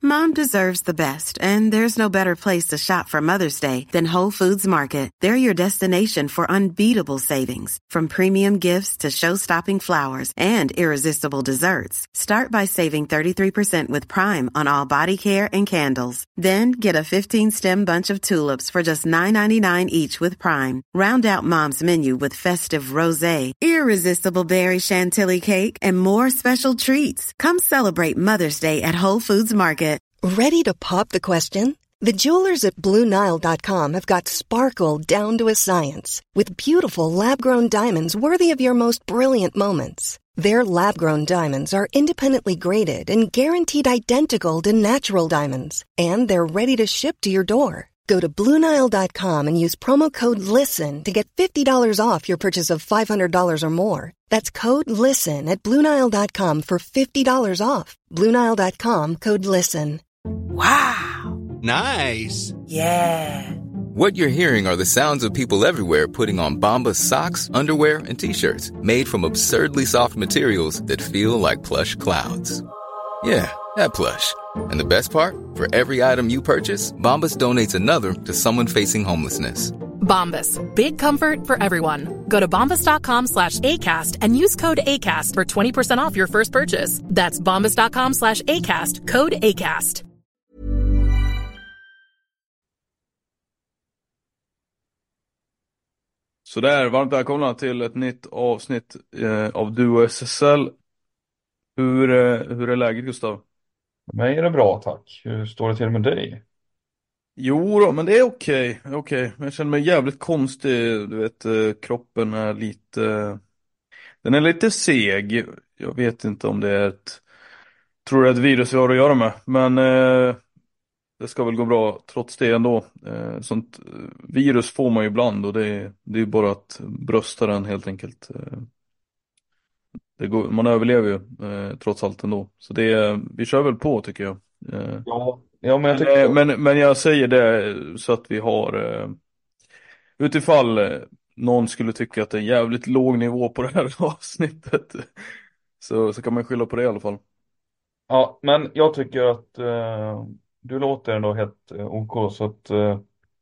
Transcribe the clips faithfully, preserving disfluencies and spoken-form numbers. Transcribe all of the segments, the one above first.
Mom deserves the best, and there's no better place to shop for Mother's Day than Whole Foods Market. They're your destination for unbeatable savings, from premium gifts to show-stopping flowers and irresistible desserts. Start by saving thirty-three percent with Prime on all body care and candles. Then get a fifteen-stem bunch of tulips for just nine ninety-nine each with Prime. Round out Mom's menu with festive rosé, irresistible berry chantilly cake, and more special treats. Come celebrate Mother's Day at Whole Foods Market. Ready to pop the question? The jewelers at Blue Nile dot com have got sparkle down to a science with beautiful lab-grown diamonds worthy of your most brilliant moments. Their lab-grown diamonds are independently graded and guaranteed identical to natural diamonds, and they're ready to ship to your door. Go to Blue Nile dot com and use promo code LISTEN to get fifty dollars off your purchase of five hundred dollars or more. That's code LISTEN at Blue Nile dot com for fifty dollars off. Blue Nile dot com, code LISTEN. Wow. Nice. Yeah. What you're hearing are the sounds of people everywhere putting on Bombas socks, underwear, and T-shirts made from absurdly soft materials that feel like plush clouds. Yeah, that plush. And the best part? For every item you purchase, Bombas donates another to someone facing homelessness. Bombas. Big comfort for everyone. Go to bombas dot com slash ACAST and use code ACAST for twenty percent off your first purchase. That's bombas dot com slash ACAST. Code ACAST. Så där, varmt välkomna till ett nytt avsnitt eh, av Duo S S L. Hur, eh, hur är läget, Gustav? Mig är det bra, tack. Hur står det till med dig? Jo då, men det är okej. Okej. Jag känner mig jävligt konstig. Du vet, eh, kroppen är lite... Den är lite seg. Jag vet inte om det är ett... Tror det är ett virus jag har att göra med. Men eh, det ska väl gå bra trots det ändå. Eh, sånt virus får man ju ibland. Och det är, det är ju bara att brösta den helt enkelt. Eh, det går, man överlever ju eh, trots allt ändå. Så det är, vi kör väl på, tycker jag. Eh, Ja, ja men jag men, tycker... eh, men, men jag säger det så att vi har... Eh, utifall eh, någon skulle tycka att det är jävligt låg nivå på det här avsnittet. Så, så kan man skylla på det i alla fall. Ja, men jag tycker att eh, du låter ändå helt eh, OK, så att eh,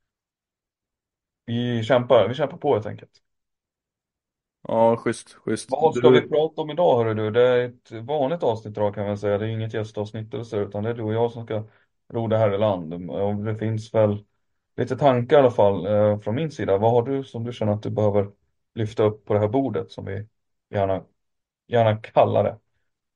vi kämpar, vi kämpar på helt enkelt. Ja, schysst, schysst. Vad ska Du- vi prata om idag, hörru du? Det är ett vanligt avsnitt idag, kan man säga. Det är inget gästavsnitt eller så, utan det är du och jag som ska ro det här i land. Och det finns väl lite tankar i alla fall eh, från min sida. Vad har du som du känner att du behöver lyfta upp på det här bordet, som vi gärna, gärna kallar det?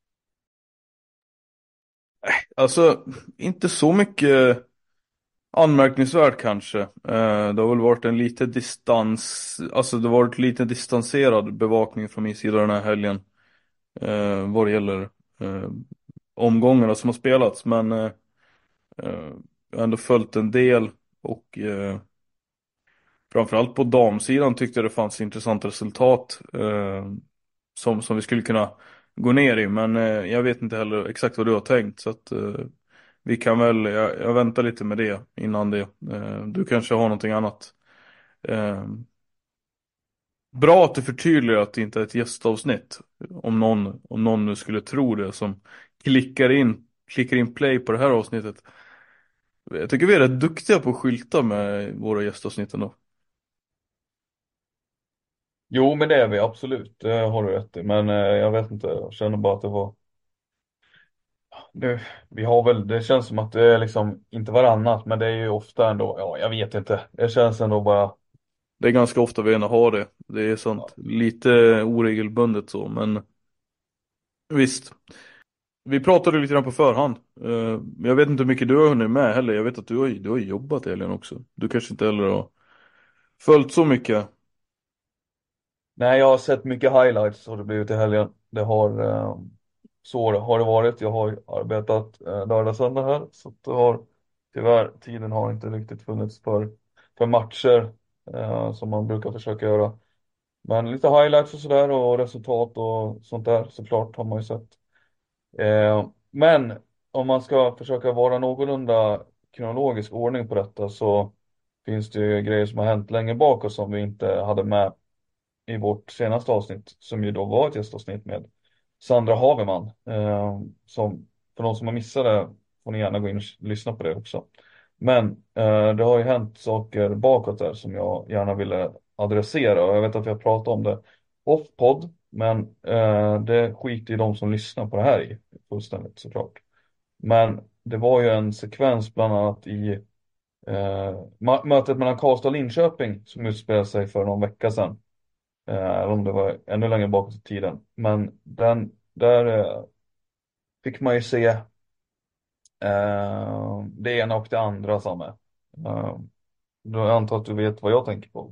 Alltså, inte så mycket anmärkningsvärt kanske. Eh, det har väl varit en lite distans, alltså det har varit lite distanserad bevakning från min sida den här helgen. Eh, vad det gäller eh, omgångarna som har spelats. Men eh, eh, jag har ändå följt en del och eh, framförallt på damsidan tyckte jag det fanns intressanta resultat eh, som, som vi skulle kunna gå ner i. Men eh, jag vet inte heller exakt vad du har tänkt. Så att eh, vi kan väl, jag, jag väntar lite med det innan det. Eh, du kanske har någonting annat. Eh, bra att du förtydligar att det inte är ett gästavsnitt. Om någon, om någon nu skulle tro det, som klickar in, klickar in play på det här avsnittet. Jag tycker vi är rätt duktiga på att skylta med våra gästavsnitt ändå. Jo, men det är vi absolut, det har du rätt i. Men eh, jag vet inte, jag känner bara att det var det, vi har väl, det känns som att det är liksom inte varannat, men det är ju ofta ändå, ja, jag vet inte, det känns ändå bara. Det är ganska ofta vi ändå har det. Det är sånt lite oregelbundet så, men visst. Vi pratade lite grann på förhand. Eh, Jag vet inte hur mycket du har hunnit med heller. Jag vet att du har, du har jobbat i helgen också. Du kanske inte heller har följt så mycket. Nej, jag har sett mycket highlights har det blivit i helgen. Det har, eh, så har det varit. Jag har arbetat eh, lördag söndag här, så att det har, tyvärr, tiden har inte riktigt funnits för, för matcher eh, som man brukar försöka göra. Men lite highlights och sådär, och resultat och sånt där såklart har man ju sett. Eh, men om man ska försöka vara någorlunda kronologisk ordning på detta, så finns det ju grejer som har hänt längre bak och som vi inte hade med i vårt senaste avsnitt, som ju då var ett gästavsnitt med Sandra Haveman, eh, som för de som har missat det får ni gärna gå in och lyssna på det också. Men eh, det har ju hänt saker bakåt där som jag gärna ville adressera, och jag vet att vi har pratat om det off-podd, men eh, det skiter ju de som lyssnar på det här i fullständigt såklart. Men det var ju en sekvens bland annat i eh, ma- mötet mellan Karlstad och Linköping som utspelade sig för någon vecka sedan. Eh, eller om det var ännu längre bakåt i tiden. Men den, där eh, fick man ju se eh, det ena och det andra, Samme. Eh, då jag antar att du vet vad jag tänker på.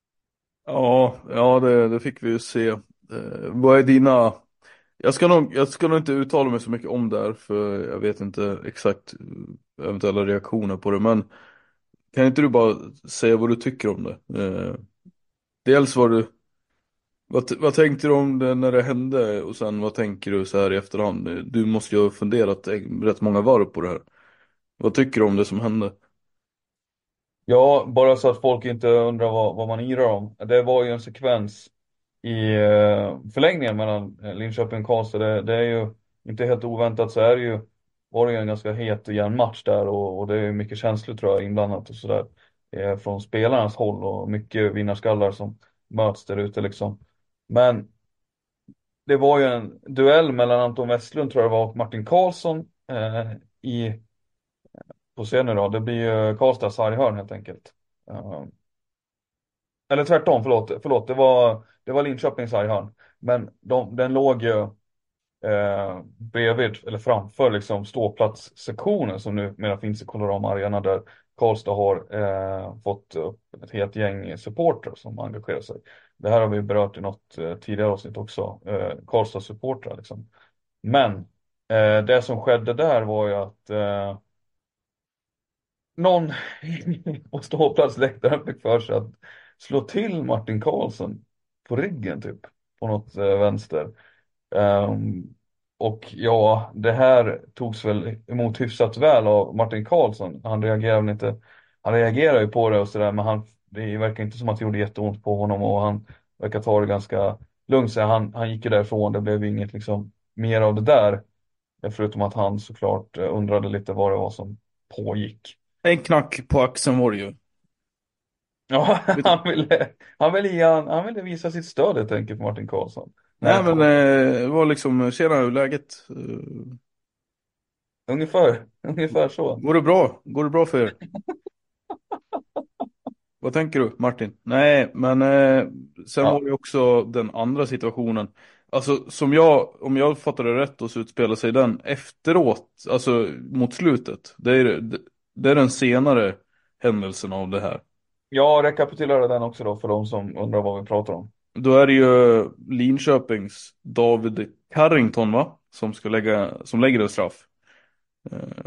Ja, ja det, det fick vi ju se. Eh, vad är dina... Jag ska nog, jag ska nog inte uttala mig så mycket om det här, för jag vet inte exakt eh, eventuella reaktioner på det. Men kan inte du bara säga vad du tycker om det? Eh, dels vad du... Vad, vad tänkte du om det när det hände, och sen vad tänker du så här i efterhand? Du måste ju ha funderat rätt många varv på det här. Vad tycker du om det som hände? Ja, bara så att folk inte undrar vad, vad man yrar om. Det var ju en sekvens i eh, förlängningen mellan eh, Linköping och Karlstad. Det, det är ju inte helt oväntat, så är det ju, var det ju en ganska het och jämn match där, och, och det är ju mycket känslor tror jag inblandat och sådär eh, från spelarnas håll, och mycket vinnarskallar som möts där ute liksom. Men det var ju en duell mellan Anton Westlund tror jag det var och Martin Karlsson eh, i på scenen då. Det blir ju Karlstads sarghörn helt enkelt. Eh, eller tvärtom, förlåt, förlåt det var, det var Linköpings sarghörn. Men de, den låg ju eh, bredvid, eller framför liksom ståplatssektionen som numera finns i Colorado Arena, där Karlstad har eh, fått upp ett helt gäng supportrar som engagerar sig. Det här har vi berört i något eh, tidigare avsnitt också, eh, Karlstads supportrar liksom. Men eh, det som skedde där var ju att eh, någon på ståplatsläktaren fick för sig att slå till Martin Karlsson på ryggen typ, på något eh, vänster. Ehm, och ja, det här togs väl emot hyfsat väl av Martin Karlsson. Han reagerade väl inte, han reagerade ju på det och sådär, men han, det verkar inte som att det gjorde jätteont på honom, och han verkar ta det ganska lugnt. Så han, han gick ju därifrån, det blev ju inget liksom mer av det där. Förutom att han såklart eh, undrade lite vad det var som pågick. En knack på axeln var det ju. Ja, han ville, han ville, ge, han, han ville visa sitt stöd helt enkelt för Martin Karlsson. Nej, Nej, men eh, det var liksom, tjena, hur är läget? Eh, ungefär, ungefär så. går det bra? Går det bra för er? Vad tänker du, Martin? Nej, men eh, sen Ja, var det ju också den andra situationen. Alltså, som jag, om jag fattar det rätt, och så utspelar sig den efteråt, alltså mot slutet. Det är, det, det är den senare händelsen av det här. jag rekapitulerar den också då för de som undrar vad vi pratar om. Då är det ju Linköpings David Carrington, va? Som ska lägga, som lägger en straff. Eh,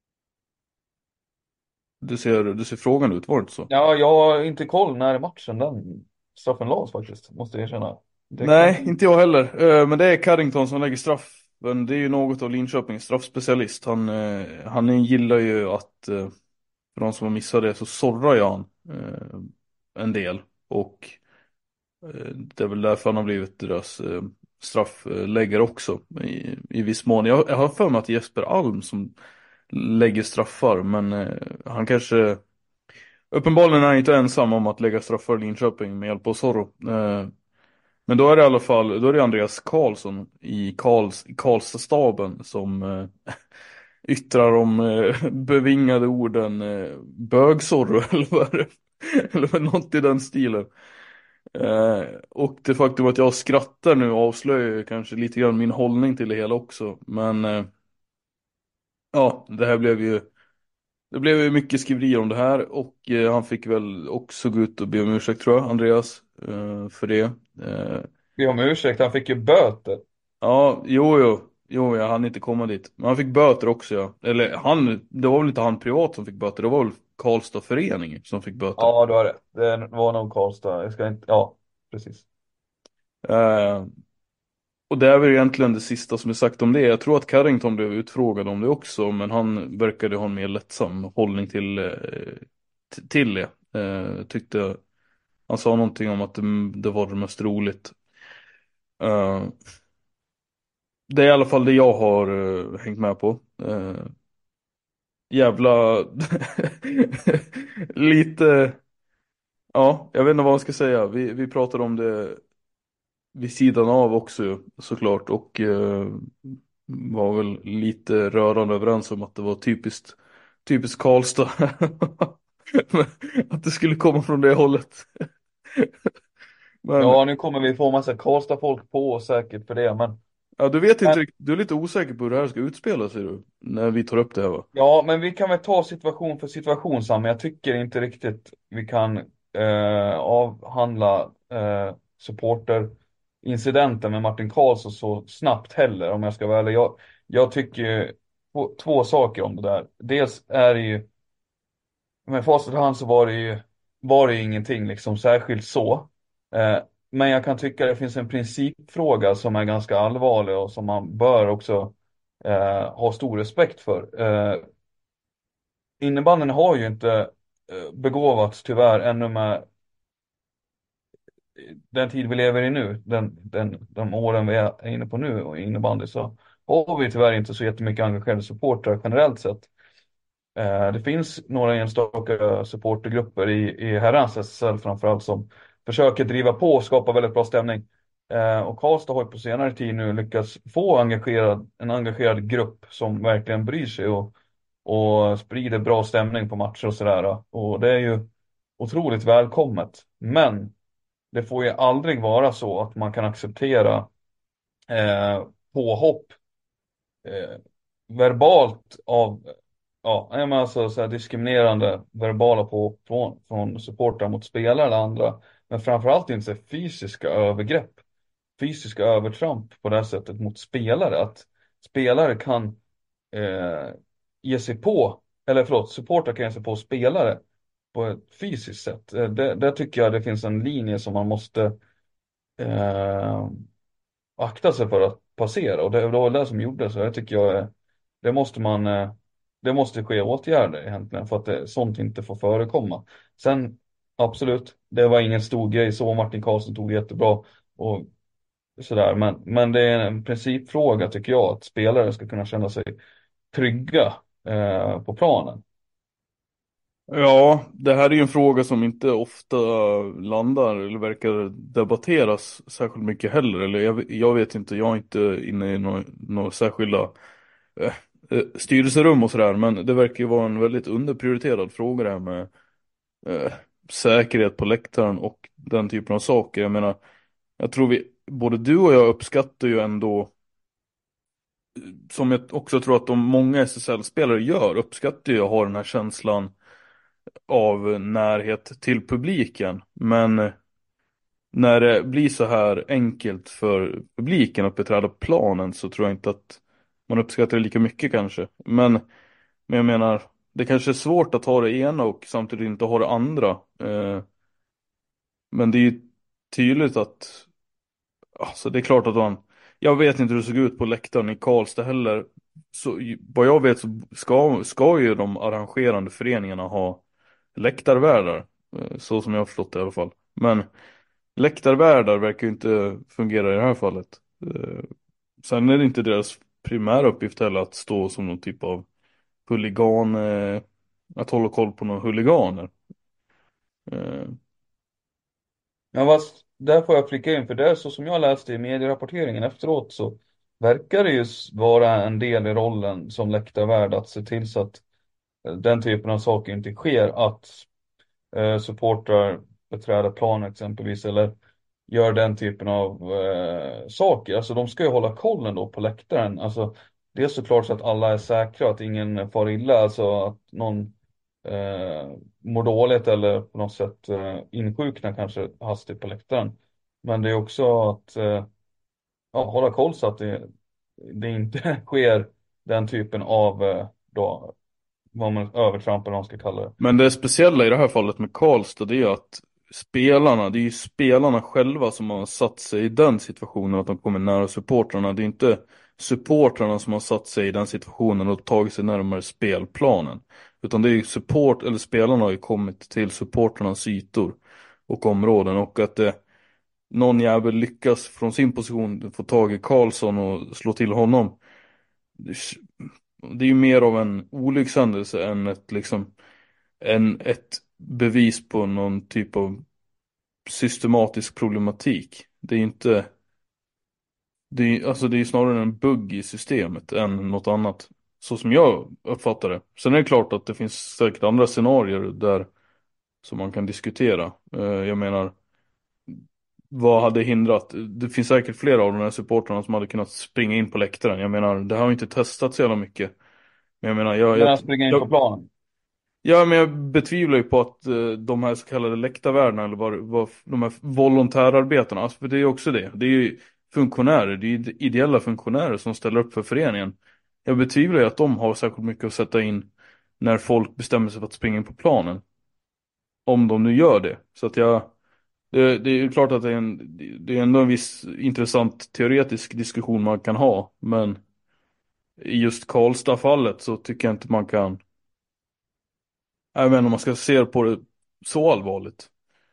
Du ser, du ser frågan ut, var det inte så? Ja, jag har inte koll när matchen den straffen lades faktiskt, måste jag erkänna. Det Nej, kan... inte jag heller. Eh, Men det är Carrington som lägger straff. Men det är ju något av Linköpings straffspecialist. Han, eh, han gillar ju att, eh, för de som har missat det, så sorrar ju han eh, en del. Och eh, det är väl därför han har blivit deras eh, straffläggare också i, i viss mån. Jag, jag har för mig att Jesper Alm som lägger straffar, men eh, han kanske... Uppenbarligen är han inte ensam om att lägga straffar i Linköping med hjälp av Zorro. Eh, Men då är det i alla fall, då är det Andreas Karlsson i Karls, i Karlstad-staben som eh, yttrar de eh, bevingade orden eh, bögsorro eller vad är det? Eller något i den stilen. Eh, och det faktum att jag skrattar nu avslöjar ju kanske lite grann min hållning till det hela också. Men eh, ja, det här blev ju det blev ju mycket skriverier om det här, och eh, han fick väl också gå ut och be om ursäkt, tror jag, Andreas, eh, för det. Eh, Be om ursäkt, han fick ju böter. Ja, jo, jo, jo, jag hann inte komma dit. Men han fick böter också, ja. Eller han, det var väl inte han privat som fick böter, det var väl Karlstad förening som fick böter. Ja, du har rätt. Det var nog Karlstad. Jag ska inte... Ja, precis. Eh, och det är väl egentligen det sista som är sagt om det. Jag tror att Carrington blev utfrågad om det också, men han verkade ha en mer lättsam hållning till, eh, t- till det. Eh, tyckte, han sa någonting om att det, det var det mest roligt. Eh, det är i alla fall det jag har eh, hängt med på. Eh, jävla lite, ja, jag vet inte vad man ska säga. Vi, vi pratade om det vid sidan av också såklart, och eh, var väl lite rörande överens om att det var typiskt typiskt Karlstad. Att det skulle komma från det hållet. Men Ja, nu kommer vi få massa Karlstad-folk på oss säkert för det, men ja, du vet inte men riktigt- du är lite osäker på hur det här ska utspela sig du, när vi tar upp det här, va? ja, men vi kan väl ta situation för situation, Sam. Jag tycker inte riktigt vi kan eh, avhandla eh, supporterincidenten med Martin Karlsson så snabbt heller, om jag ska vara ärlig. Jag, jag tycker två, två saker om det där. Dels är det ju, med facit i hand så var det ju, var det ju ingenting liksom särskilt så. Eh, men jag kan tycka det finns en principfråga som är ganska allvarlig och som man bör också eh, ha stor respekt för. Eh, Innebandyn har ju inte eh, begåvats tyvärr ännu med den tid vi lever i nu, den, den, de åren vi är inne på nu och innebandy, så har vi tyvärr inte så jättemycket engagerade supportrar generellt sett. Eh, det finns några enstaka supportergrupper i, i herrans S S L framförallt som försöker driva på och skapa väldigt bra stämning. Eh, och Karlstad har ju på senare tid nu lyckats få engagerad, en engagerad grupp som verkligen bryr sig och, och sprider bra stämning på matcher och sådär. Och det är ju otroligt välkommet. Men det får ju aldrig vara så att man kan acceptera eh, påhopp eh, verbalt av, ja, jag menar alltså så här diskriminerande verbala på från, från supportrar mot spelare eller andra, men framförallt inte så här fysiska övergrepp, fysiska övertramp på det här sättet mot spelare, att spelare kan eh, ge sig på, eller förlåt, supportrar kan ge sig på spelare på ett fysiskt sätt. Eh, det, där tycker jag det finns en linje som man måste eh, akta sig för att passera, och det, det var det som gjordes, så jag tycker jag är- det måste man eh, det måste ske åtgärder egentligen för att det, sånt inte får förekomma. Sen absolut, det var ingen stor grej så, Martin Karlsson tog det jättebra och sådär, men, men det är en principfråga tycker jag, att spelare ska kunna känna sig trygga eh, på planen. Ja, det här är ju en fråga som inte ofta landar eller verkar debatteras särskilt mycket heller. Eller jag, jag vet inte, jag är inte inne i några, några särskilda eh, eh, styrelserum och sådär. Men det verkar ju vara en väldigt underprioriterad fråga det här med eh, säkerhet på läktaren och den typen av saker. Jag menar, jag tror vi, både du och jag uppskattar ju ändå, som jag också tror att de många S S L-spelare gör, uppskattar ju att ha den här känslan av närhet till publiken. Men när det blir så här enkelt för publiken att beträda planen så tror jag inte att man uppskattar det lika mycket kanske. Men, men jag menar, det kanske är svårt att ha det ena och samtidigt inte ha det andra. Eh, men det är ju tydligt att, alltså det är klart att man, jag vet inte hur det såg ut på läktaren i Karlstad heller. Så vad jag vet så ska, ska ju de arrangerande föreningarna ha läktarvärdar, eh, så som jag har förstått det i alla fall. Men läktarvärdar verkar ju inte fungera i det här fallet. Eh, Sen är det inte deras primära uppgift heller att stå som någon typ av huligan, eh, att hålla koll på några huliganer. Eh, Men vad, där får jag flika in, för det är så som jag läste i medierapporteringen efteråt, så verkar det ju vara en del i rollen som läktarvärd att se till så att eh, den typen av saker inte sker, att eh, supportrar beträder planen exempelvis, eller gör den typen av eh, saker. Alltså de ska ju hålla kollen då på läktaren. Alltså det är såklart så att alla är säkra, att ingen far illa, alltså att någon eh, mår dåligt eller på något sätt eh, insjuknar kanske hastigt på läktaren. Men det är också att eh, ja, hålla koll så att det, det inte sker den typen av eh, då, vad man övertramp eller vad man ska kalla det. Men det speciella i det här fallet med Karlstad, det är att spelarna, det är ju spelarna själva som har satt sig i den situationen att de kommer nära supportrarna. Det är inte supportrarna som har satt sig i den situationen och tagit sig närmare spelplanen. Utan det är ju support, eller spelarna har ju kommit till supportrarnas ytor och områden, och att eh, någon jävel lyckas från sin position få tag i Karlsson och slå till honom. Det är ju mer av en olyckshändelse än ett liksom en, ett bevis på någon typ av systematisk problematik. Det är ju inte, det är, alltså det är ju snarare en bugg i systemet än något annat. Så som jag uppfattar det. Sen är det klart att det finns säkert andra scenarier där som man kan diskutera. Eh, Jag menar, vad hade hindrat? Det finns säkert flera av de här supportrarna som hade kunnat springa in på läktaren. Jag menar, det har ju inte testats så jävla mycket. Men jag menar, jag, jag, Men springa in på jag, planen. ja, men jag betvivlar ju på att eh, de här så kallade läktarvärdena eller vad, vad de här volontärarbetarna, alltså, för det är ju också det. Det är ju funktionärer, det är ju ideella funktionärer som ställer upp för föreningen. Jag betvivlar ju att de har särskilt mycket att sätta in när folk bestämmer sig för att springa in på planen. Om de nu gör det. Så att jag, det, det är ju klart att det är, en, det är ändå en viss intressant teoretisk diskussion man kan ha. Men i just Karlstad-fallet så tycker jag inte man kan, jag vet inte om man ska se på det så allvarligt.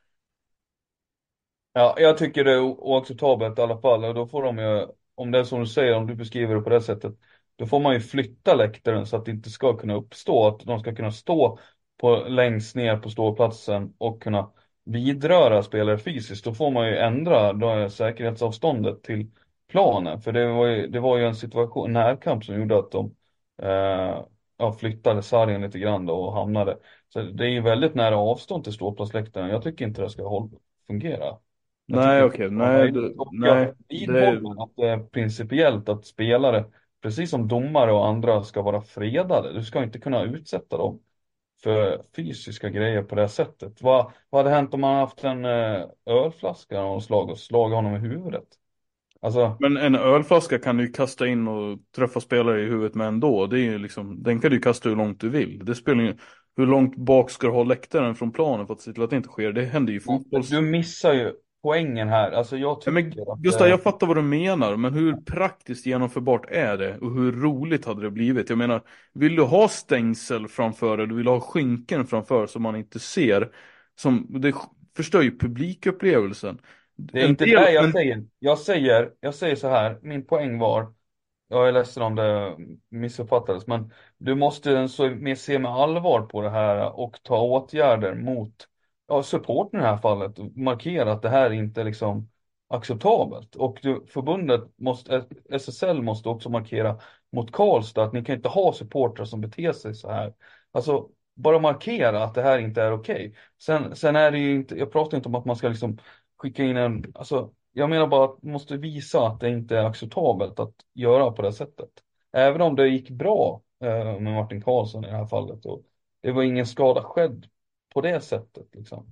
Ja, jag tycker det är o- oacceptabelt i alla fall. Och då får de ju, om det är som du säger, om du beskriver det på det sättet, då får man ju flytta läktaren så att det inte ska kunna uppstå, att de ska kunna stå på, längst ner på ståplatsen och kunna vidröra spelare fysiskt. Då får man ju ändra då, säkerhetsavståndet till planen. För det var ju, det var ju en situation, en närkamp som gjorde att de eh, ja, flyttade sargen lite grann då och hamnade. Så det är ju väldigt nära avstånd till ståplatsläktaren. Jag tycker inte det ska hålla, fungera. Jag Nej, tycker okej, det var nej, möjligt. det, Och nej, jag det, vidhåller att det är principiellt att spelare, precis som domare och andra, ska vara fredade. Du ska inte kunna utsätta dem för fysiska grejer på det sättet. Vad, vad hade hänt om man haft en eh, ölflaska och slag och slagit honom i huvudet? Alltså, men en ölflaska kan du ju kasta in och träffa spelare i huvudet med ändå. Det är ju liksom, den kan du ju kasta hur långt du vill. Det spelar ju, hur långt bak ska du ha läktaren från planen för att se till att det inte sker? Det händer ju i fotbolls... du missar ju poängen här. Alltså jag Ja, men tycker att Gustav, det... jag fattar vad du menar, men hur praktiskt genomförbart är det? Och hur roligt hade det blivit? Jag menar, vill du ha stängsel framför dig, du vill ha skynken framför som man inte ser, som, det förstör ju publikupplevelsen. Det är En inte del, det jag men, säger. Jag säger, jag säger så här, min poäng var, jag är ledsen om det missuppfattades, men du måste så mer se med allvar på det här och ta åtgärder mot, ja, supporten i det här fallet och markera att det här inte är liksom acceptabelt. Och du, förbundet måste, S S L måste också markera mot Karlstad att ni kan inte ha supportrar som beter sig så här. Alltså, bara markera att det här inte är okej. Sen, sen är det ju inte, jag pratar inte om att man ska liksom skicka in en, alltså jag menar bara att man måste visa att det inte är acceptabelt att göra på det sättet. Även om det gick bra eh, med Martin Karlsson i det här fallet. Och det var ingen skada skedd på det sättet. Liksom.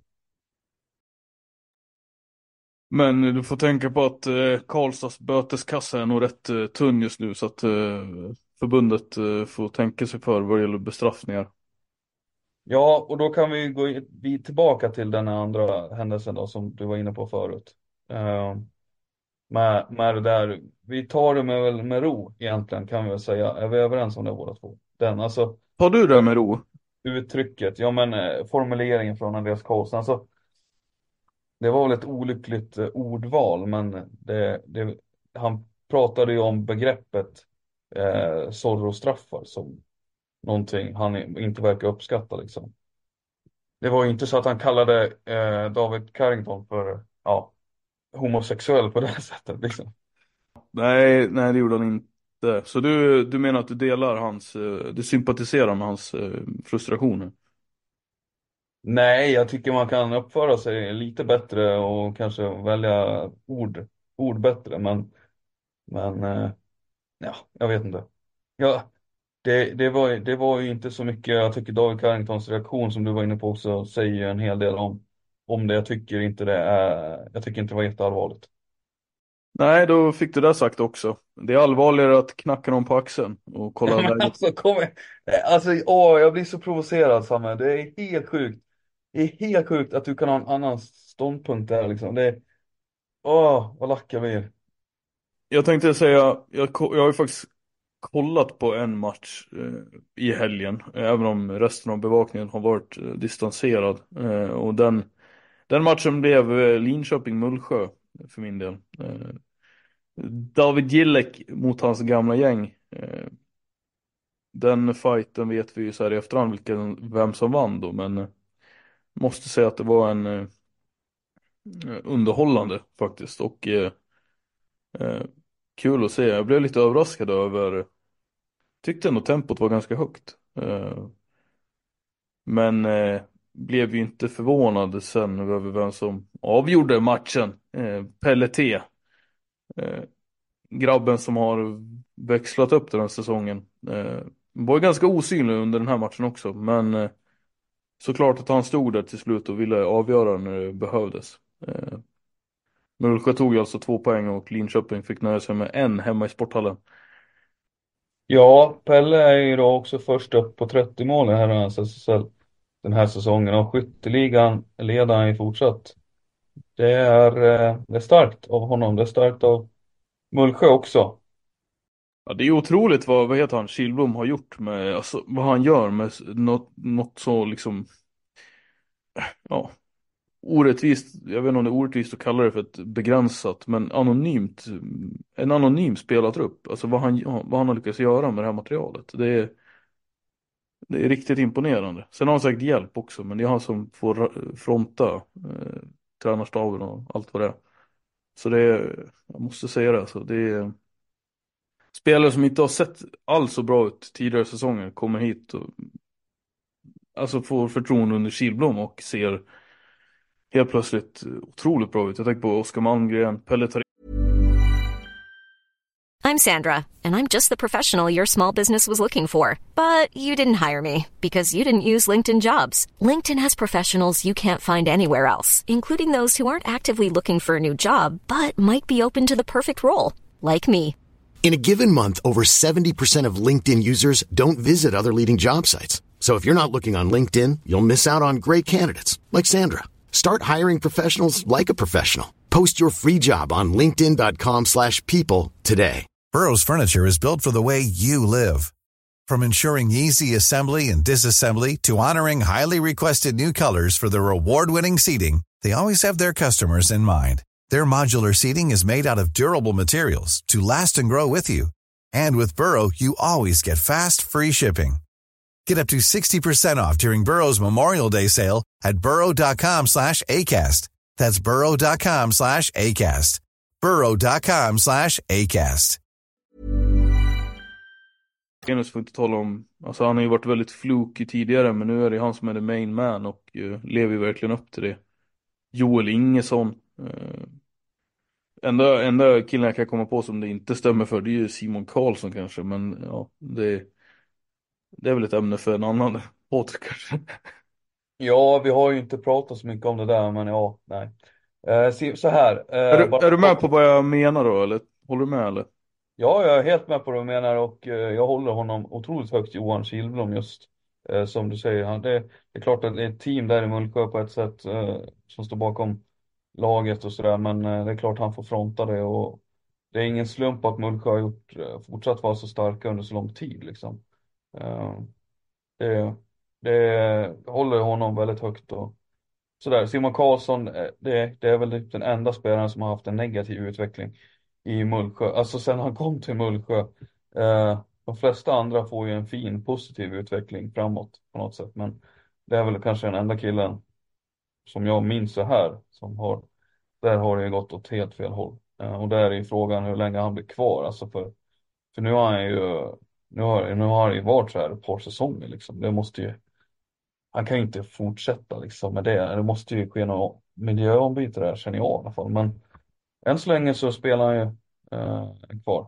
men du får tänka på att eh, Karlstads böteskassa är nog rätt eh, tunn just nu, så att eh, förbundet eh, får tänka sig för vad det gäller bestraffningar. Ja, och då kan vi gå i- vi tillbaka till den andra händelsen då, som du var inne på förut. Eh, med, med det där, vi tar det med, väl med ro egentligen kan vi väl säga. Är vi överens om det båda två? Den, alltså Tar du det med ro? uttrycket, ja men eh, formuleringen från Andreas Karlsson. Alltså, det var väl ett olyckligt eh, ordval, men det, det, han pratade ju om begreppet eh, Zorro-straffar som någonting han inte verkar uppskatta liksom. Det var ju inte så att han kallade eh, David Carrington för ja, homosexuell på det sättet liksom. Nej, nej det gjorde han inte. Så du, du menar att du delar hans, eh, du sympatiserar med hans eh, frustrationer? Nej, jag tycker man kan uppföra sig lite bättre och kanske välja ord, ord bättre, men, men eh, ja, jag vet inte. Ja, Det, det var, det var ju inte så mycket, jag tycker David Carringtons reaktion som du var inne på också säger ju en hel del om, om det. Jag tycker inte det är, jag tycker inte det var jätteallvarligt. Nej, då fick du det sagt också. Det är allvarligare att knacka någon på axeln och kolla Men läget. alltså, kom igen. Alltså, åh, jag blir så provocerad Samuel. Det är helt sjukt. Det är helt sjukt att du kan ha en annan ståndpunkt där liksom. Det är, åh, vad lack jag blir. Jag tänkte säga, jag, ko- jag har ju faktiskt kollat på en match eh, i helgen, även om resten av bevakningen har varit eh, distanserad. Eh, och den, den matchen blev eh, Linköping-Mullsjö för min del. Eh, David Gillek mot hans gamla gäng. Eh, den fighten vet vi ju så här i efterhand vilken, vem som vann då, men eh, måste säga att det var en eh, underhållande faktiskt, och eh, eh, kul att se. Jag blev lite överraskad över, tyckte ändå tempot var ganska högt. Eh, men eh, blev ju inte förvånad sen över vem som avgjorde matchen. Eh, Pelle T. Eh, grabben som har växlat upp den här säsongen. Eh, var ganska osynlig under den här matchen också, men eh, såklart att han stod där till slut och ville avgöra när det behövdes. Eh, Mullsjö tog ju alltså två poäng och Linköping fick nöja sig med en hemma i Sporthallen. Ja, Pelle är ju då också först upp på trettio mål här i S S L den här säsongen, och skytteligan leder han ju fortsatt. Det är, eh, det är starkt av honom, det är starkt av Mullsjö också. Ja, det är otroligt vad, vad heter han, Kihlblom har gjort med, alltså vad han gör med något, något så liksom, ja, orättvist, jag vet inte om det är orättvist att kalla det för ett begränsat, men anonymt, en anonym spelartrupp, alltså vad han, vad han har lyckats göra med det här materialet, det är, det är riktigt imponerande. Sen har han säkert hjälp också, men det är han som får fronta eh, tränarstaben och allt vad det är. Så det är, jag måste säga det, alltså, det är spelare som inte har sett alls så bra ut tidigare säsonger kommer hit och alltså får förtroende under Kihlblom och ser helt plötsligt otroligt bra ut. Jag tänker på Oskar Malmgren, Pelle Tar- I'm Sandra, and I'm just the professional your small business was looking for. But you didn't hire me because you didn't use LinkedIn Jobs. LinkedIn has professionals you can't find anywhere else, including those who aren't actively looking for a new job, but might be open to the perfect role, like me. In a given month, over seventy percent of LinkedIn users don't visit other leading job sites. So if you're not looking on LinkedIn, you'll miss out on great candidates like Sandra. Start hiring professionals like a professional. Post your free job on linkedin dot com slash people today. Burrow's furniture is built for the way you live. From ensuring easy assembly and disassembly to honoring highly requested new colors for their award-winning seating, they always have their customers in mind. Their modular seating is made out of durable materials to last and grow with you. And with Burrow, you always get fast, free shipping. Get up to sixty percent off during Burrow's Memorial Day sale at burrow dot com slash acast. That's burrow dot com slash acast. burrow dot com slash acast. Genus får inte tala om, alltså han har ju varit väldigt flukig tidigare, men nu är det han som är the main man och uh, lever verkligen upp till det. Joel Ingesson. Uh, enda, enda killen jag kan komma på som det inte stämmer för, det är ju Simon Karlsson kanske, men ja, det, det är väl ett ämne för en annan podd kanske. Ja, vi har ju inte pratat så mycket om det där, men ja, nej. Eh, se- så här. eh, Är du, bara- är du med på vad jag menar då, eller håller du med eller? Ja, jag är helt med på vad du menar, och eh, jag håller honom otroligt högt, Johan Kihlblom, just eh, som du säger. Han, det, det är klart att det är ett team där i Mullsjö på ett sätt eh, som står bakom laget och sådär, men eh, det är klart han får fronta det, och det är ingen slump att Mullsjö har gjort, eh, fortsatt vara så starka under så lång tid liksom. Eh, det, det håller honom väldigt högt och sådär. Simon Karlsson, eh, det, det är väl typ den enda spelaren som har haft en negativ utveckling i Mullsjö. Alltså sen han kom till Mullsjö. Eh, de flesta andra får ju en fin positiv utveckling framåt på något sätt. Men det är väl kanske den enda killen som jag minns så här. Som har, där har det ju gått åt helt fel håll. Eh, och där är ju frågan hur länge han blir kvar. Alltså för, för nu har han ju nu har, nu har han ju varit så här ett par säsonger liksom. Det måste ju, han kan ju inte fortsätta liksom med det. Det måste ju ske något miljöombyte där, känner jag i alla fall. Men än så länge så spelar han ju eh, kvar.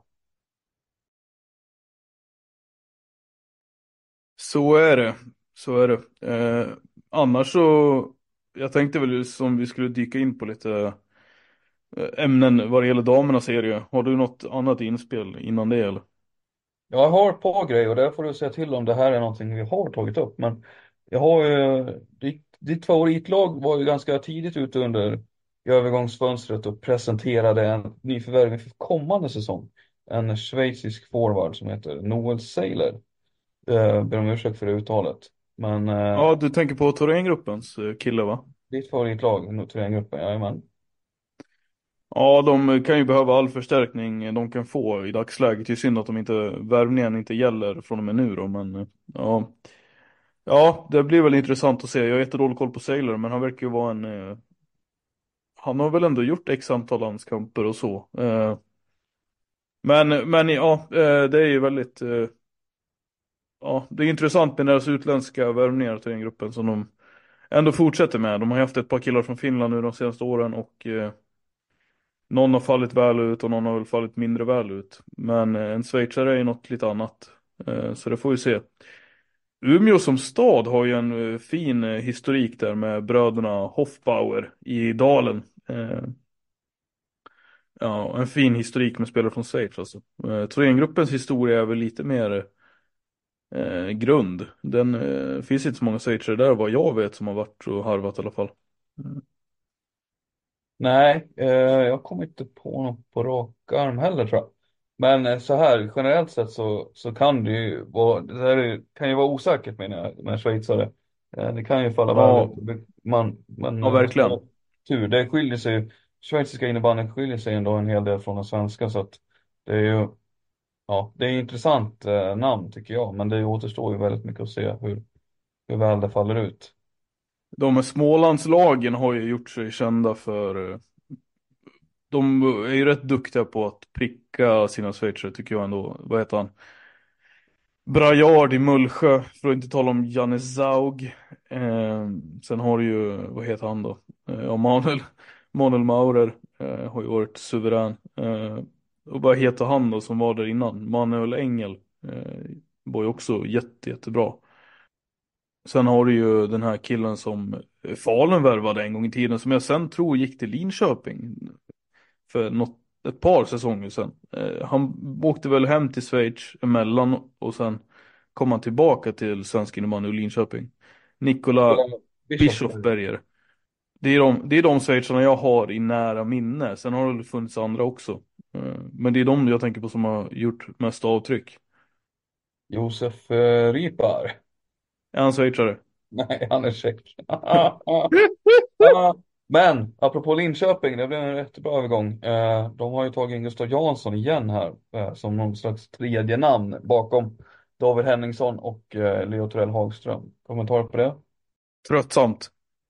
Så är det, så är det. Eh, annars så, jag tänkte väl som vi skulle dyka in på lite eh, ämnen vad det gäller damernas serie. Har du något annat inspel innan det eller? Jag har ett par grejer, och där får du säga till om det här är någonting vi har tagit upp. Men jag har ju, ditt, ditt favoritlag var ju ganska tidigt ute under övergångsfönstret och presenterade en nyförvärv för kommande säsong. En schweizisk forward som heter Noel Seiler. Eh, ber om ursäkt för det uttalet. Men eh, Ja, du tänker på Thorengruppens eh, kille va? ditt favoritlag, Thorengruppen, jajamän. Ja, de kan ju behöva all förstärkning de kan få i dagsläget. Det är synd att de inte, värvningen inte gäller från och med nu då, men eh, ja. Ja, det blir väl intressant att se. Jag har jättedålig koll på Sailor, men han verkar ju vara en... Eh, han har väl ändå gjort x antal landskamper och så. Eh, men, men ja, eh, det är ju väldigt... Eh, ja, det är intressant med deras utländska värvningar till den gruppen som de ändå fortsätter med. De har haft ett par killar från Finland nu de senaste åren och... Eh, någon har fallit väl ut och någon har väl fallit mindre väl ut. Men eh, en schweizare är ju något lite annat. Eh, Så det får vi se. Umeå som stad har ju en eh, fin eh, historik där med bröderna Hoffbauer i dalen. Eh, Ja, en fin historik med spelare från Schweiz alltså. Eh, Thorengruppens historia är väl lite mer eh, grund. Den eh, finns inte så många schweizare där vad jag vet som har varit och harvat i alla fall. Mm. Nej, eh, jag kommer inte på något på rak arm heller tror jag. Men eh, så här, generellt sett så, så kan det ju vara, det här är, kan ju vara osäkert menar jag, med schweizare. Eh, det kan ju falla väl Ja, ut. Man, men ja, eh, det ska verkligen. vara tur. Det skiljer sig, schweiziska innebandyn skiljer sig ändå en hel del från den svenska så att det är ju, ja, det är intressant eh, namn tycker jag. Men det återstår ju väldigt mycket att se hur, hur väl det faller ut. De med Smålandslagen har ju gjort sig kända för eh, de är ju rätt duktiga på att pricka sina schweizare tycker jag ändå. Vad heter han? Brajard i Mullsjö, för att inte tala om Janne Zaug. Eh, sen har du ju, vad heter han då? Eh, ja, Manuel, Manuel Maurer eh, har ju varit suverän. Eh, och vad heter han då som var där innan? Manuel Engel eh, var ju också jätte, jättebra. Sen har du ju den här killen som Falun värvade en gång i tiden som jag sen tror gick till Linköping för något, ett par säsonger sedan. Eh, han åkte väl hem till Schweiz emellan och sen kom han tillbaka till svensk innebandy och Linköping. Nikola Kolla, Bischoff. Bischofberger. Det är de, det är de schweizarna jag har i nära minne. Sen har det funnits andra också. Eh, men det är de jag tänker på som har gjort mest avtryck. Josef eh, Ripar. Är han schweizare? Nej, han är check. Men apropå Linköping, det blev en jättebra övergång. Eh, de har ju tagit in Gustav Jansson igen här eh, som någon slags tredje namn bakom David Henningsson och eh, Leo Torell Hagström. Kommentarer på det? Tröttsamt.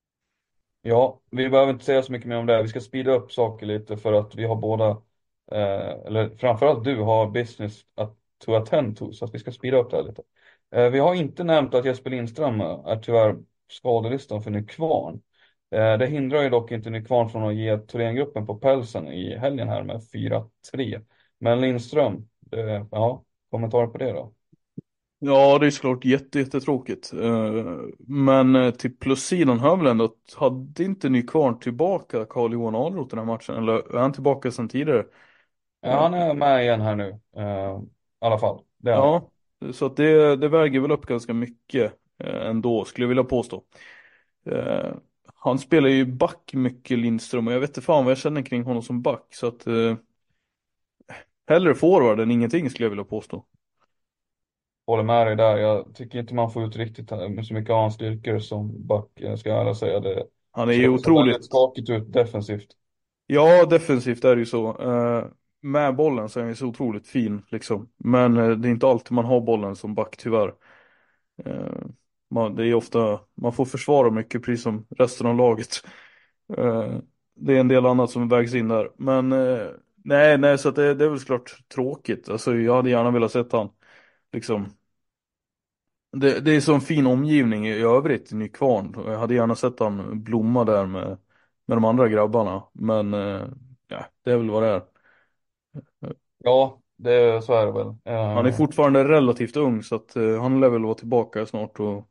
Ja, vi behöver inte säga så mycket mer om det. Vi ska speeda upp saker lite för att vi har båda, eh, eller framförallt du har business att to attend to, så att vi ska speeda upp det här lite. Eh, vi har inte nämnt att Jesper Lindström är tyvärr skadelistan för Nykvarn. Eh, det hindrar ju dock inte Nykvarn från att ge Thorengruppen på pälsen i helgen här med fyra tre. Men Lindström, det, ja, kommentarer på det då? Ja, det är såklart jätte, jättetråkigt. Eh, Men eh, till plussidan hör väl ändå att hade inte Nykvarn tillbaka Carl-Johan Ahlroth den här matchen? Eller är han tillbaka sedan tidigare? Ja, han är med igen här nu, eh, i alla fall. Det är han. Ja, så att det, det väger väl upp ganska mycket eh, ändå, skulle jag vilja påstå. Eh, Han spelar ju back mycket, Lindström, och jag vet inte fan vad jag känner kring honom som back. Så att eh, hellre forward än ingenting, skulle jag vilja påstå. Håller med dig där. Jag tycker inte man får ut riktigt så mycket av hans styrkor som back, ska jag ärligt säga. Det Han är ser ju också väldigt otroligt... skakigt ut defensivt. Ja, defensivt är det ju så. Eh, med bollen så är han ju så otroligt fin liksom. Men eh, det är inte alltid man har bollen som back tyvärr. Eh, man, det är ofta, man får försvara mycket precis som resten av laget. Eh, det är en del annat som vägs in där. Men eh, nej, nej, så att det, det är väl såklart tråkigt. Alltså jag hade gärna velat sett han liksom. Det, det är så en fin omgivning i övrigt i Nykvarn. Jag hade gärna sett han blomma där med, med de andra grabbarna. Men eh, ja, det är väl vad det är. Ja, det, så är det väl. Han är Eh, fortfarande relativt ung så att eh, han lär väl vara tillbaka snart och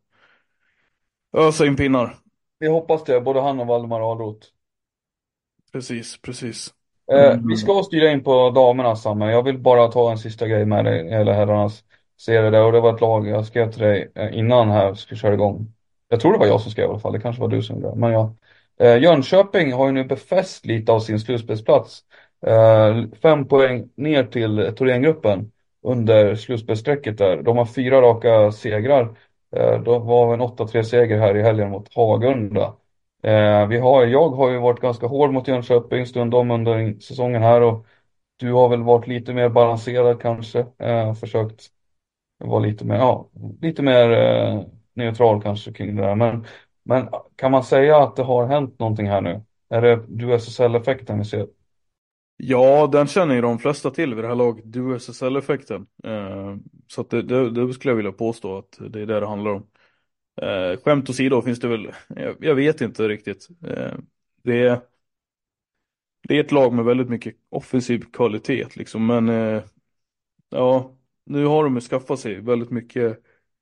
ösa in pinnar. vi hoppas det, både han och Valdemar Ahlroth. Precis, precis. Eh, vi Mm. ska styra in på damerna, Samme. Jag vill bara ta en sista grej med dig, eller herrarnas serie där. Och det var ett lag jag skrev till dig eh, innan här ska köra igång. Jag tror det var jag som skrev i alla fall, det kanske var du som gjorde det. Men ja. Eh, Jönköping har ju nu befäst lite av sin slutspelsplats. Eh, fem poäng ner till Thorengruppen under slutspelssträcket där. De har fyra raka segrar. Eh, de var en åtta tre seger här i helgen mot Hagunda. Eh, vi har, jag har ju varit ganska hård mot Jönköping stundom under säsongen här och du har väl varit lite mer balanserad kanske. Eh, försökt vara lite mer, ja, lite mer eh, neutral kanske kring det där. Men, men kan man säga att det har hänt någonting här nu? Är det du S S L-effekten vi ser? Ja, den känner ju de flesta till vid det här laget, D U S S L-effekten. Eh, så att det, det, det skulle jag vilja påstå att det är det det handlar om. Eh, skämt åsido finns det väl, jag, jag vet inte riktigt. Eh, det, är, det är ett lag med väldigt mycket offensiv kvalitet liksom, men eh, ja, nu har de ju skaffat sig väldigt mycket,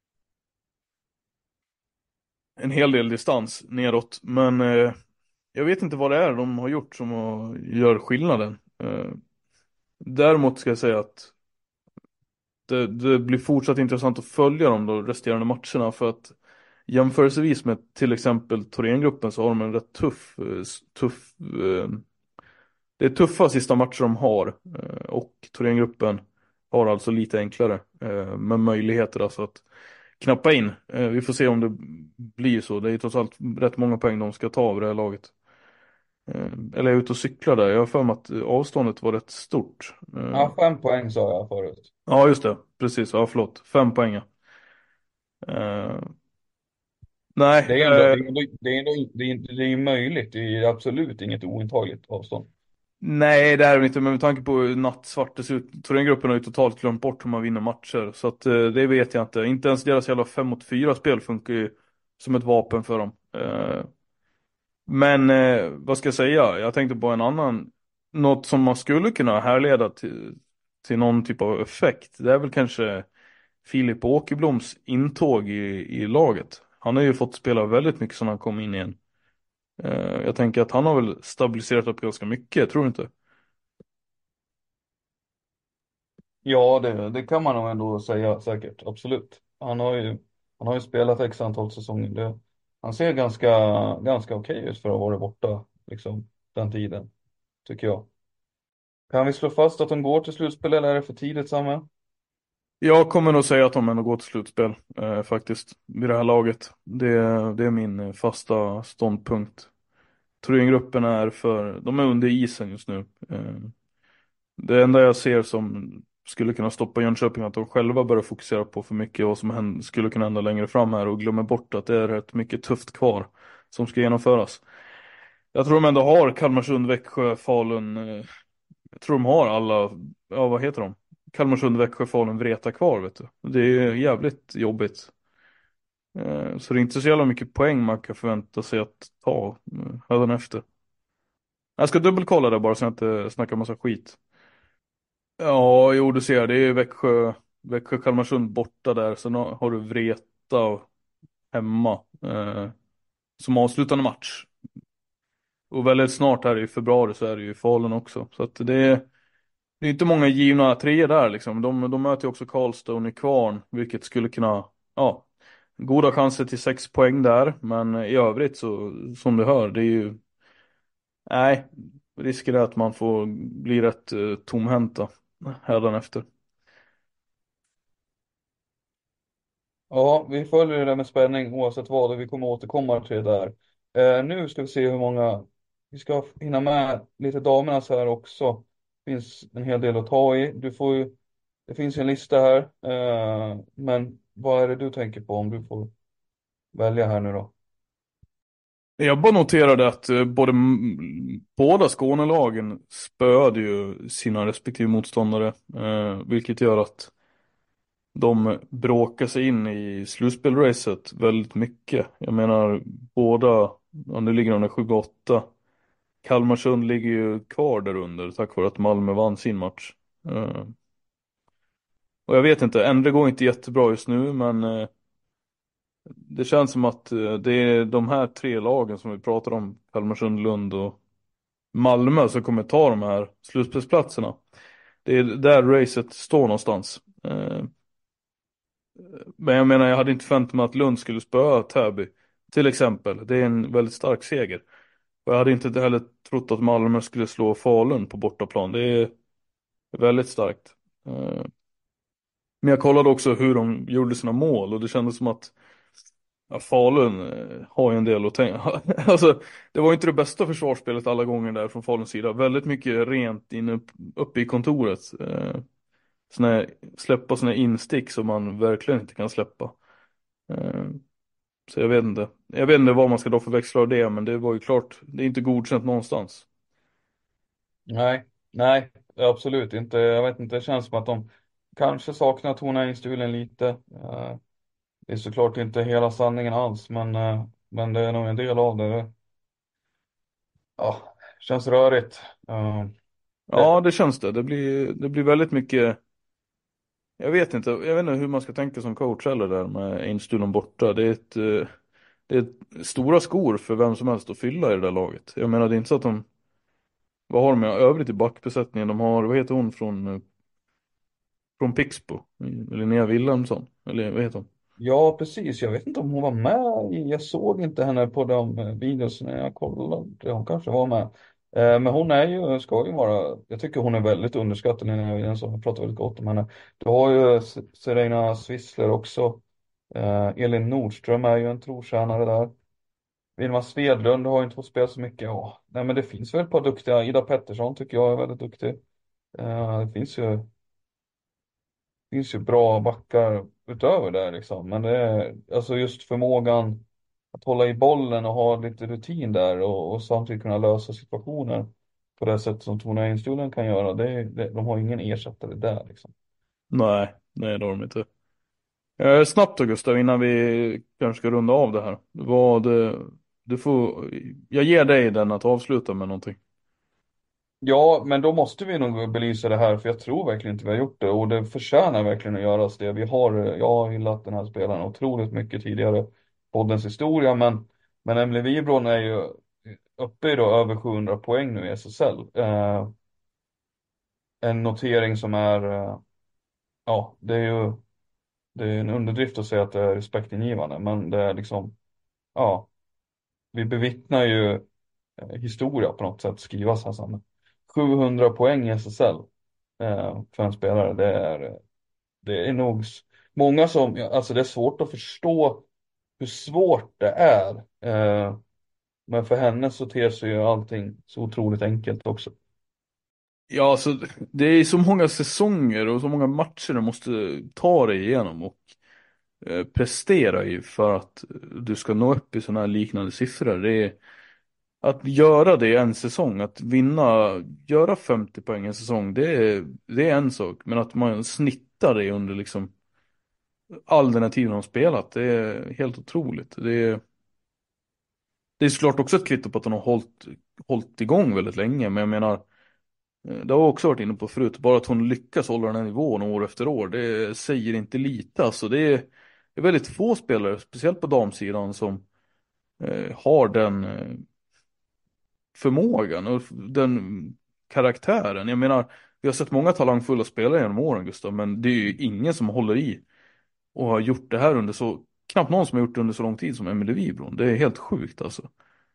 en hel del distans neråt, men eh, jag vet inte vad det är de har gjort som har- gör skillnaden. Eh, däremot ska jag säga att det, det blir fortsatt intressant att följa de då resterande matcherna, för att jämförelsevis med till exempel Thorengruppen så har de en rätt tuff, eh, s- tuff eh, det är tuffa sista matcher de har, eh, och Thorengruppen har alltså lite enklare eh, med möjligheter alltså att knappa in. Eh, Vi får se om det blir så. Det är trots allt rätt många poäng de ska ta av det här laget. Eh, Eller jag är ute och cyklar där. Jag har för mig att eh, avståndet var rätt stort. Eh, Ja, fem poäng sa jag förut. Ja, just det. Precis. Ja, förlåt. Fem poäng. Ja. Eh, Nej, Det är ändå, eh, det är ändå, det är ändå, det är, det är möjligt. Det är absolut inget ointagligt avstånd. nej det är det inte. Men med tanke på hur nattsvart det ser ut. Thorengruppen har ju totalt glömt bort hur man vinner matcher. Så att eh, det vet jag inte. Inte ens deras jävla fem mot fyra spel funkar ju som ett vapen för dem. Eh, Men eh, vad ska jag säga? Jag tänkte på en annan, något som man skulle kunna härleda till, till någon typ av effekt. Det är väl kanske Filip Åkerbloms intåg i, i laget. Han har ju fått spela väldigt mycket sedan han kom in igen. Eh, jag tänker att han har väl stabiliserat upp ganska mycket, tror du inte? Ja, det, det kan man nog ändå säga säkert. Absolut. Han har ju, han har ju spelat x antal säsonger. Det, han ser ganska, ganska okej ut för att ha varit borta liksom, den tiden, tycker jag. Kan vi slå fast att de går till slutspel eller är det för tidigt, Samuel? Jag kommer nog säga att de ändå går till slutspel eh, faktiskt, vid det här laget. Det, det är min eh, fasta ståndpunkt. Thorengruppen är för, de är under isen just nu. Eh, Det enda jag ser som skulle kunna stoppa Jönköping är att de själva börjar fokusera på för mycket vad som händer, skulle kunna hända längre fram här och glömmer bort att det är rätt mycket tufft kvar som ska genomföras. Jag tror de ändå har Kalmarsund, Växjö, Falun. eh, Jag tror de har alla, ja vad heter de? Kalmarsund, Växjö, Falun, Vreta kvar, vet du. Det är jävligt jobbigt. Eh, Så det är inte så jävla mycket poäng man kan förvänta sig att ta hädanefter. Jag ska dubbelkolla det bara så jag inte snackar massa skit. Ja, jo du ser, det är Växjö, Växjö Kalmarsund borta där. Sen har har du Vreta hemma eh, som avslutande match. Och väldigt snart här i februari så är det ju Falun också. Så att det är, det är inte många givna treor där liksom. De, de möter ju också Karlstad och Nykvarn, vilket skulle kunna, ja, goda chanser till sex poäng där. Men i övrigt så, som du hör, det är ju, nej, risken är att man får bli rätt eh, tomhänta hädanefter. Ja, vi följer det där med spänning oavsett vad och vi kommer återkomma till det där. Eh, nu ska vi se hur många, vi ska hinna med lite damernas här också. Det finns en hel del att ta i. Du får ju, det finns ju en lista här. Eh, men vad är det du tänker på om du får välja här nu då? Jag bara noterade att eh, både, m- båda Skånelagen spöade ju sina respektive motståndare, eh, vilket gör att de bråkar sig in i slutspelracet väldigt mycket. Jag menar, båda, ja, nu ligger de där sju åtta. Kalmarsund ligger ju kvar där under tack vare att Malmö vann sin match. Eh, och jag vet inte, Endre går inte jättebra just nu, men eh, det känns som att eh, det är de här tre lagen som vi pratar om, Kalmarsund, Lund och Malmö, som kommer ta de här slutspelsplatserna. Det är där racet står någonstans. Eh, Men jag menar, jag hade inte förväntat mig att Lund skulle spöa Täby till exempel. Det är en väldigt stark seger. Och jag hade inte heller trott att Malmö skulle slå Falun på bortaplan. Det är väldigt starkt. Eh, Men jag kollade också hur de gjorde sina mål och det kändes som att Ja, Falun eh, har ju en del att tänka. Alltså, det var ju inte det bästa försvarsspelet alla gånger där från Faluns sida. Väldigt mycket rent inne upp, uppe i kontoret. Eh, såna här, släppa såna här instick som man verkligen inte kan släppa. Eh, så jag vet inte. Jag vet inte vad man ska då för växla av det, men det var ju klart, det är inte godkänt någonstans. Nej, nej, absolut inte. Jag vet inte, det känns som att de kanske saknar tona in stulen lite. Eh, Det är såklart inte hela sanningen alls, men, eh, men det är nog en del av det. Ja, känns rörigt. Eh, det, Ja, det känns det. Det blir, det blir väldigt mycket. Jag vet inte, jag vet inte hur man ska tänka som coach eller där med Einstulon borta. Det är ett, eh, det är stora skor för vem som helst att fylla i det där laget. Jag menar, det är inte så att de, vad har de med övrigt i backbesättningen? De har, vad heter hon från, eh, från Pixbo? Linnea Wilhelmsson, eller vad heter hon? ja, precis. Jag vet inte om hon var med. i- Jag såg inte henne på de eh, videos när jag kollade. Hon kanske var med. Eh, Men hon är ju, ska ju vara, jag tycker hon är väldigt underskattad. Linnea Wilhelmsson. Jag pratar väldigt gott om henne. Du har ju S- Serena Swissler också. Eh, Elin Nordström är ju en trotjänare där. Vilma Svedlund har ju inte fått spela så mycket. Ja, nej, men det finns väl ett par duktiga. Ida Pettersson tycker jag är väldigt duktig. Eh, det finns ju, finns ju bra backar utöver det liksom. Men det är alltså just förmågan att hålla i bollen och ha lite rutin där och, och samtidigt kunna lösa situationer på det sätt som Tone Einstulen kan göra. Det, det, de har ingen ersättare där liksom. Nej, nej det har de inte. Eh, snabbt då Gustav, innan vi kanske ska runda av det här. Vad, eh, du får, jag ger dig den att avsluta med någonting. Ja, men då måste vi nog belysa det här för jag tror verkligen inte vi har gjort det och det förtjänar verkligen att göras det. Vi har, jag har hyllat den här spelaren otroligt mycket tidigare, poddens historia, men, men Emily Wibron är ju uppe i då över sjuhundra poäng nu i S S L. Eh, en notering som är, eh, ja, det är ju det är en underdrift att säga att det är respektingivande, men det är liksom, ja, vi bevittnar ju eh, historia på något sätt skrivas här samman. sjuhundra poäng i S S L eh, för en spelare, det är, det är nog s- många som, ja, alltså det är svårt att förstå hur svårt det är. Eh, men för henne så ter sig ju allting så otroligt enkelt också. Ja, alltså det är så många säsonger och så många matcher du måste ta dig igenom och eh, prestera i för att du ska nå upp i sådana här liknande siffror. Det är att göra det en säsong, att vinna, göra femtio poäng en säsong, det är, det är en sak. Men att man snittar det under liksom all den här tiden de spelat, det är helt otroligt. Det är, det är såklart också ett kvitto på att de har hållit, hållit igång väldigt länge, men jag menar, eh, det har jag också varit inne på förut, bara att hon lyckas hålla den här nivån år efter år, det säger inte lite. Alltså det är, det är väldigt få spelare, speciellt på damsidan, som eh, har den eh, förmågan och den karaktären. Jag menar, vi har sett många talangfulla spelare genom åren, Gustav, men det är ju ingen som håller i och har gjort det här under så, knappt någon som har gjort det under så lång tid som Emelie Wibron. Det är helt sjukt alltså.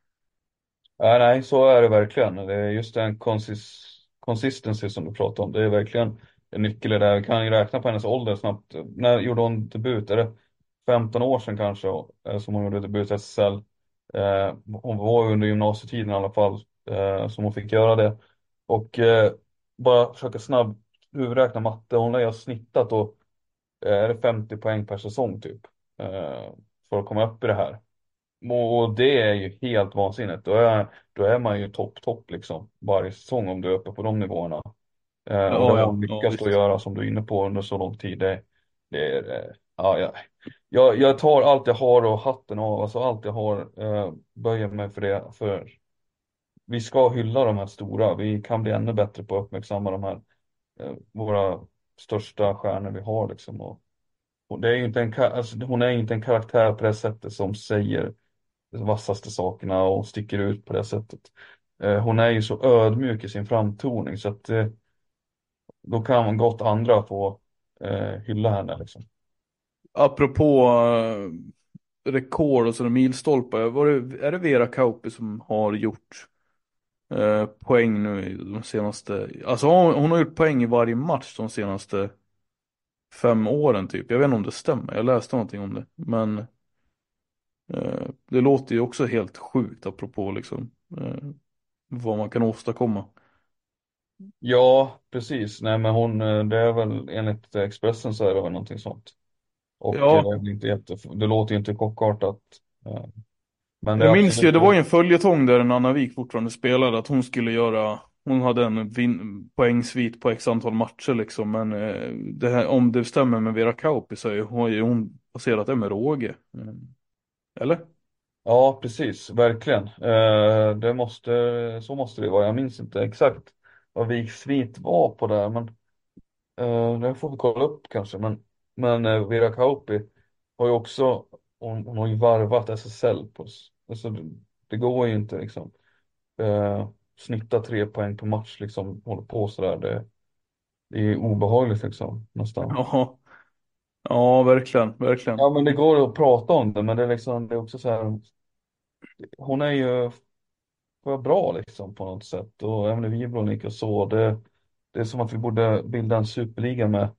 Ja, nej, så är det verkligen. Det är just den konsis consistency som du pratar om. Det är verkligen en nyckel i det. Vi kan ju räkna på hennes ålder snabbt. När gjorde hon debut? Är det femton år sedan kanske eh, som hon gjorde debut i S S L? Eh, hon var ju under gymnasietiden i alla fall eh, som hon fick göra det. Och eh, bara försöka snabb huvudräkna matte. Hon har ju snittat och eh, är det femtio poäng per säsong typ. Eh, för att komma upp i det här. Och det är ju helt vansinnigt. Då är, då är man ju topp, topp liksom varje säsong om du är uppe på de nivåerna. Eh, och det Ja, har ja, hon ja, lyckats visst. att göra som du är inne på under så lång tid. Det, det är, eh, ja, ja. Jag, jag tar allt jag har och hatten av, alltså allt jag har, eh, böjer mig för det. För vi ska hylla de här stora. Vi kan bli ännu bättre på att uppmärksamma de här, eh, våra största stjärnor vi har liksom. Och, och det är ju inte en, ka- alltså, hon är inte en karaktär på det sättet som säger de vassaste sakerna och sticker ut på det sättet. Eh, hon är ju så ödmjuk i sin framtoning så att eh, då kan man gott andra få eh, hylla henne liksom. Apropå eh, rekord och sådana milstolpar, var det, är det Vera Kauppi som har gjort eh, poäng nu i de senaste, alltså hon, hon har gjort poäng i varje match de senaste fem åren typ. Jag vet inte om det stämmer, jag läste någonting om det, men Eh, det låter ju också helt sjukt apropå liksom eh, vad man kan åstadkomma. Ja, precis. Nej, men hon, eh, det är väl enligt Expressen så är det väl någonting sånt. Och eh, Ja, det är väl inte jätte, det låter ju inte chockartat. eh, Men det är jag minns ju, absolut. det var ju en följetong där en Anna Wik fortfarande spelade, att hon skulle göra, hon hade en vin, poängsvit på x antal matcher liksom, men eh, det här, om det stämmer med Vera Kauppi så är hon, är hon passerat det med råge. Mm. Eller? Ja, precis, verkligen. Eh, det måste, så måste det vara. Jag minns inte exakt vad Viksvit var på där, men eh, det får vi kolla upp kanske. Men, men eh, Vera Kauppi har ju också, hon, hon har ju varvat S S L på, s- alltså det, det går ju inte liksom. Eh, snitta tre poäng per match liksom, håller på sådär. Det, det är obehagligt liksom, nästan. Ja, ja verkligen, verkligen. Ja, men det går att prata om det, men det är liksom, det är också så här, hon är ju var bra liksom på något sätt, och även i Vibron lika så. Det, det är som att vi borde bilda en superliga med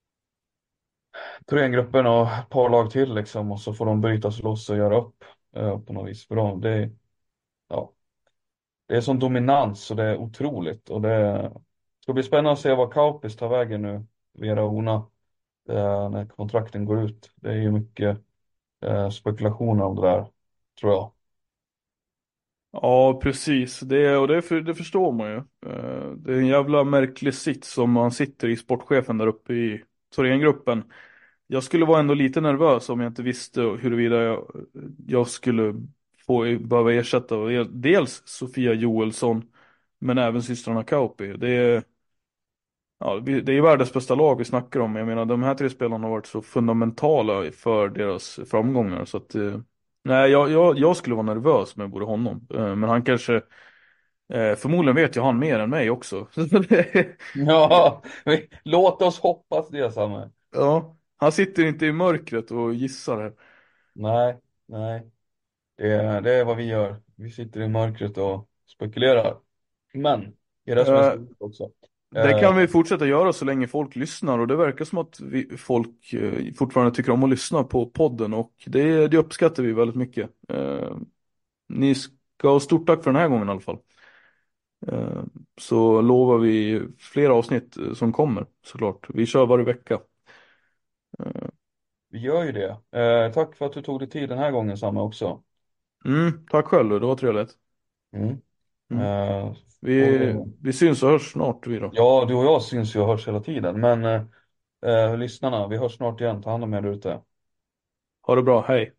Thorengruppen och ett par lag till liksom, och så får de brytas loss och göra upp eh, på något vis. För dem. Det, ja, det är sån dominans och det är otroligt, och det ska bli spännande att se vad Kaupis tar vägen nu, Vera och Ona, eh, när kontrakten går ut. Det är ju mycket eh, spekulationer om det där, tror jag. Ja, precis. Det, och det, för, det förstår man ju. Eh, Det är en jävla märklig sits som man sitter i, sportchefen där uppe i Thorengruppen. Jag skulle vara ändå lite nervös om jag inte visste huruvida jag, jag skulle få behöva ersätta dels Sofia Joelsson men även systrarna Kauppi. Det är, ja, vi- det är världens bästa lag vi snackar om. Jag menar, de här tre spelarna har varit så fundamentala för deras framgångar. Så att, eh, nej, jag, jag, jag skulle vara nervös med både honom. Eh, Men han kanske, eh, förmodligen vet ju han mer än mig också. Ja, vi- låt oss hoppas det, Samme. Ja, han sitter inte i mörkret och gissar här. Nej, nej. Det är, det är vad vi gör. Vi sitter i mörkret och spekulerar. Men, är det som är Eh, så också? Det kan Eh, vi fortsätta göra så länge folk lyssnar, och det verkar som att vi, folk eh, fortfarande tycker om att lyssna på podden, och det, det uppskattar vi väldigt mycket. Eh, ni ska ha stort tack för den här gången i alla fall. Eh, så lovar vi fler avsnitt eh, som kommer, såklart. Vi kör varje vecka. Eh, vi gör ju det. Eh, tack för att du tog dig tid den här gången, Samme, också. mm, tack själv, det var trevligt. Mm. Mm. Eh, Vi, och, vi syns och hörs snart vi då. ja, du och jag syns ju och hörs hela tiden. Men eh, eh, lyssnarna, vi hörs snart igen. Ta hand om er där ute. Ha det bra, hej.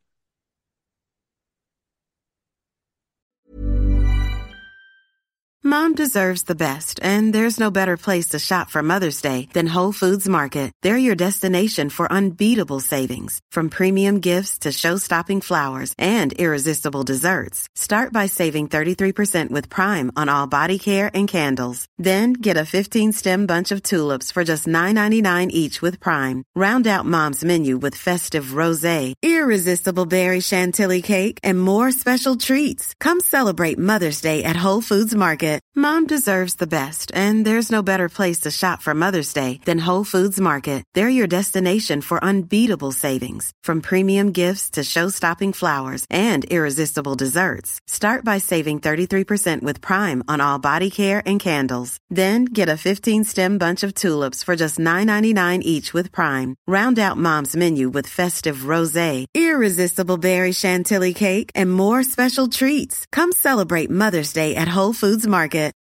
Mom deserves the best, and there's no better place to shop for Mother's Day than Whole Foods Market. They're your destination for unbeatable savings, from premium gifts to show-stopping flowers and irresistible desserts. Start by saving thirty-three percent with Prime on all body care and candles. Then get a fifteen-stem bunch of tulips for just nine ninety-nine each with Prime. Round out Mom's menu with festive rosé, irresistible berry chantilly cake, and more special treats. Come celebrate Mother's Day at Whole Foods Market. Mom deserves the best, and there's no better place to shop for Mother's Day than Whole Foods Market. They're your destination for unbeatable savings, from premium gifts to show-stopping flowers and irresistible desserts. Start by saving thirty-three percent with Prime on all body care and candles. Then get a fifteen-stem bunch of tulips for just nine ninety-nine each with Prime. Round out Mom's menu with festive rosé, irresistible berry chantilly cake, and more special treats. Come celebrate Mother's Day at Whole Foods Market.